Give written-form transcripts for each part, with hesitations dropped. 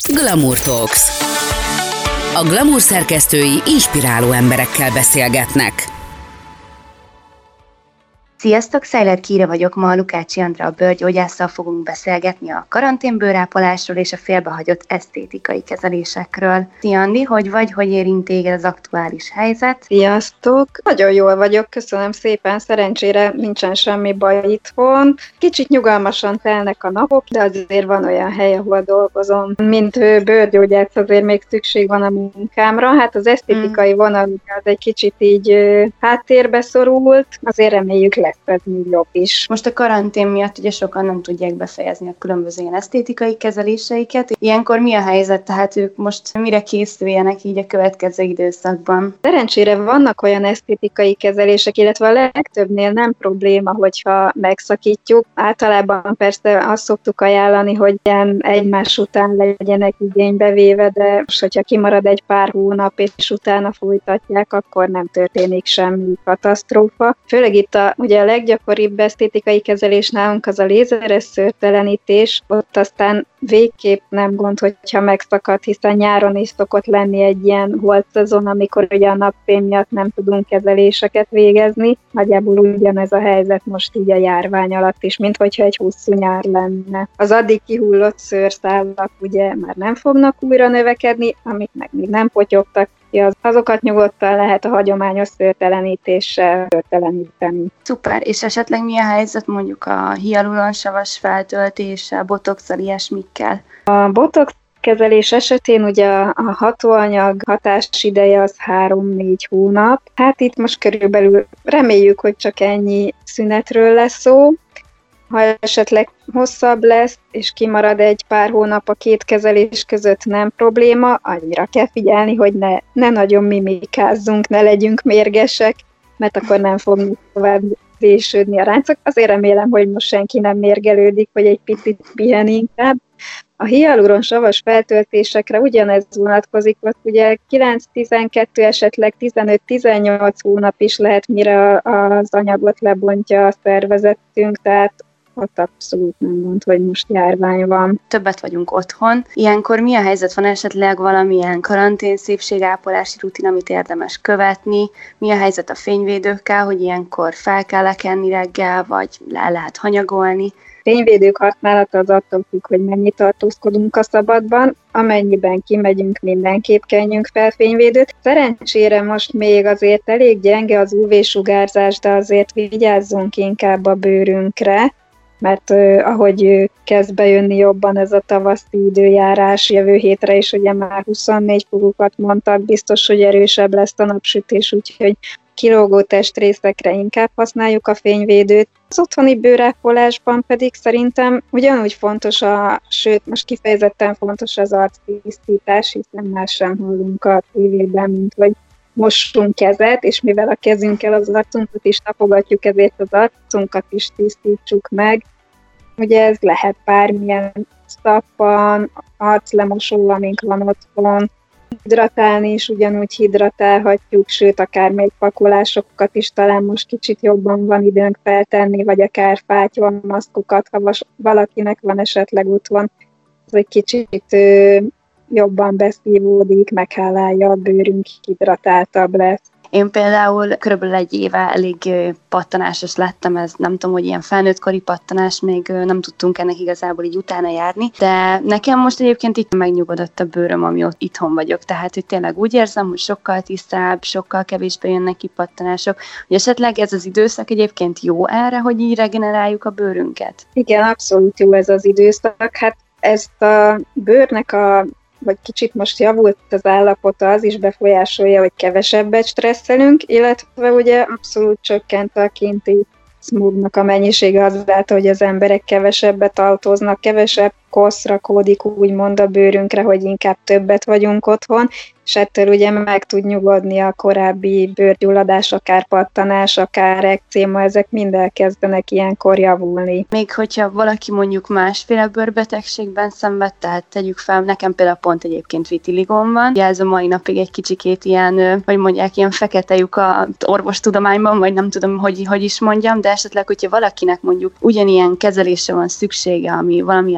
Glamour Talks. A Glamour szerkesztői inspiráló emberekkel beszélgetnek. Sziasztok, Szájler Kíra vagyok, ma a Lukácsi Andrea bőrgyógyásszal fogunk beszélgetni a karanténbőrápolásról és a félbehagyott esztétikai kezelésekről. Szia Andi, hogy vagy, hogy érint téged az aktuális helyzet? Sziasztok! Nagyon jól vagyok, köszönöm szépen, szerencsére nincsen semmi baj itthon. Kicsit nyugalmasan telnek a napok, de azért van olyan hely, ahol dolgozom. Mint bőrgyógyász azért még szükség van a munkámra, hát az esztétikai vonal az egy kicsit így háttérbe szorult, azért reméljük lesz ez még jobb is. Most a karantén miatt ugye sokan nem tudják befejezni a különböző ilyen esztétikai kezeléseiket. Ilyenkor mi a helyzet, tehát ők most mire készüljenek így a következő időszakban? Szerencsére vannak olyan esztétikai kezelések, illetve a legtöbbnél nem probléma, hogyha megszakítjuk. Általában persze azt szoktuk ajánlani, hogy ilyen egymás után legyenek igénybe véve, de most, hogyha kimarad egy pár hónap, és utána folytatják, akkor nem történik semmi katasztrófa. Főleg itt ugye a leggyakoribb esztétikai kezelés nálunk az a lézeres szőrtelenítés, ott aztán végképp nem gond, hogyha megszakad, hiszen nyáron is szokott lenni egy ilyen holt szezon, amikor ugye a napfény miatt nem tudunk kezeléseket végezni. Nagyjából ugyanez a helyzet most így a járvány alatt is, mint hogyha egy hosszú nyár lenne. Az addig kihullott szőrszálak ugye már nem fognak újra növekedni, amik meg még nem potyogtak, azokat nyugodtan lehet a hagyományos szőrtelenítéssel szőrteleníteni. Szuper, és esetleg mi a helyzet mondjuk a hialuronsavas feltöltéssel, botoxal, ilyesmikkel? A botox kezelés esetén ugye a hatóanyag hatásideje az 3-4 hónap. Hát itt most körülbelül reméljük, hogy csak ennyi szünetről lesz szó. Ha esetleg hosszabb lesz, és kimarad egy pár hónap a két kezelés között, nem probléma, annyira kell figyelni, hogy ne nagyon mimikázzunk, ne legyünk mérgesek, mert akkor nem fogunk tovább vésődni a ráncok. Azért remélem, hogy most senki nem mérgelődik, hogy egy picit pihen inkább. A hialuronsavas feltöltésekre ugyanez vonatkozik, ott ugye 9-12, esetleg 15-18 hónap is lehet, mire az anyagot lebontja a szervezetünk, tehát ott abszolút nem gond, hogy most járvány van. Többet vagyunk otthon. Ilyenkor mi a helyzet? Van esetleg valamilyen karantén szépségápolási rutin, amit érdemes követni? Mi a helyzet a fényvédőkkel, hogy ilyenkor fel kell kenni reggel, vagy le lehet hanyagolni? Fényvédők használata az attól függ, hogy mennyit tartózkodunk a szabadban. Amennyiben kimegyünk, mindenképp kenjünk fel fényvédőt. Szerencsére most még azért elég gyenge az UV-sugárzás, de azért vigyázzunk inkább a bőrünkre, mert ahogy kezd bejönni jobban ez a tavaszi időjárás, jövő hétre is ugye már 24 fokokat mondtak, biztos, hogy erősebb lesz a napsütés, úgyhogy kilógó testrészekre inkább használjuk a fényvédőt. Az otthoni bőrápolásban pedig szerintem ugyanúgy fontos, sőt most kifejezetten fontos az arctisztítás, hiszen más sem hallunk a tévében, mint hogy mossunk kezet, és mivel a kezünkkel az arcunkat is tapogatjuk, ezért az arcunkat is tisztítsuk meg. Ugye ez lehet bármilyen szappan, arclemosó, amink van otthon. Hidratálni is ugyanúgy hidratálhatjuk, sőt, akár még pakolásokat is talán most kicsit jobban van időnk feltenni, vagy akár fátymaszkokat, ha valakinek van esetleg otthon, hogy kicsit jobban beszívódik, meghálálja a bőrünk, hidratáltabb lesz. Én például körülbelül egy éve elég pattanásos lettem, ez nem tudom, hogy ilyen felnőttkori pattanás, még nem tudtunk ennek igazából így utána járni, de nekem most egyébként itt megnyugodott a bőröm, ami ott itthon vagyok, tehát hogy tényleg úgy érzem, hogy sokkal tisztább, sokkal kevésbé jönnek ki pattanások, hogy esetleg ez az időszak egyébként jó erre, hogy így regeneráljuk a bőrünket? Igen, abszolút jó ez az időszak, hát ezt a bőrnek vagy kicsit most javult az állapota, az is befolyásolja, hogy kevesebbet stresszelünk, illetve ugye abszolút csökkent a kinti smognak a mennyisége azáltal, hogy az emberek kevesebbet autóznak, kevesebb kosz rakódik úgymond a bőrünkre, hogy inkább többet vagyunk otthon, és ettől ugye meg tud nyugodni a korábbi bőrgyulladás, akár pattanás, akár ekcéma, ezek mind elkezdenek ilyenkor javulni. Még hogyha valaki mondjuk másféle bőrbetegségben szenved, tehát tegyük fel, nekem például pont egyébként vitiligom van, ugye ez a mai napig egy kicsikét ilyen, hogy mondják, ilyen fekete lyuk a orvostudományban, vagy nem tudom, hogy is mondjam, de esetleg, hogyha valakinek mondjuk ugyanilyen kezelésre van szüksége, ami valamilyen bőrbetegség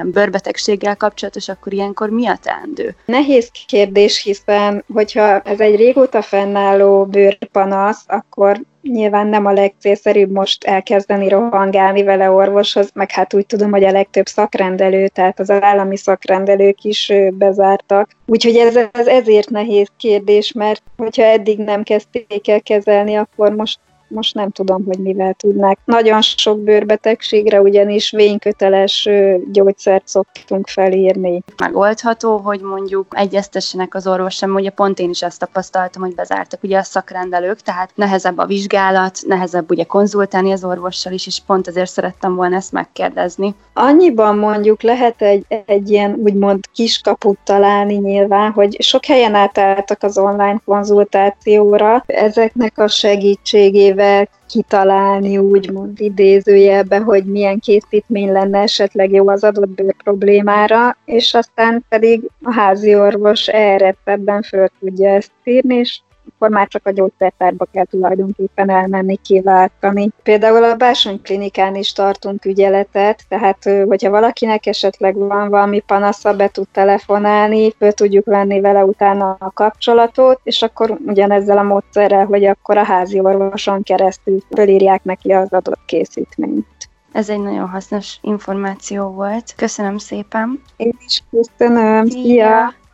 bőrbetegséggel kapcsolatos, akkor ilyenkor mi a teendő? Nehéz kérdés, hiszen hogyha ez egy régóta fennálló bőrpanasz, akkor nyilván nem a legcélszerűbb most elkezdeni rohangálni vele orvoshoz, meg hát úgy tudom, hogy a legtöbb szakrendelő, tehát az állami szakrendelők is bezártak. Úgyhogy ez ezért nehéz kérdés, mert hogyha eddig nem kezdték el kezelni, akkor most nem tudom, hogy mivel tudnák. Nagyon sok bőrbetegségre ugyanis vényköteles gyógyszert szoktunk felírni. Megoldható, hogy mondjuk egyeztessenek az orvossal, ugye pont én is ezt tapasztaltam, hogy bezártak ugye a szakrendelők, tehát nehezebb a vizsgálat, nehezebb ugye konzultálni az orvossal is, és pont ezért szerettem volna ezt megkérdezni. Annyiban mondjuk lehet egy ilyen úgymond kiskaput találni nyilván, hogy sok helyen átálltak az online konzultációra, ezeknek a segítségével kitalálni úgymond idézőjelbe, hogy milyen készítmény lenne esetleg jó az adott bőr problémára, és aztán pedig a házi orvos e-receptben föl tudja ezt írni, és akkor már csak a gyógyszertárba kell tulajdonképpen elmenni, kiváltani. Például a Bársony Klinikán is tartunk ügyeletet, tehát hogyha valakinek esetleg van valami panasza, be tud telefonálni, föl tudjuk venni vele utána a kapcsolatot, és akkor ugyanezzel a módszerrel, hogy akkor a házi orvoson keresztül fölírják neki az adott készítményt. Ez egy nagyon hasznos információ volt. Köszönöm szépen! Én is köszönöm! Szia!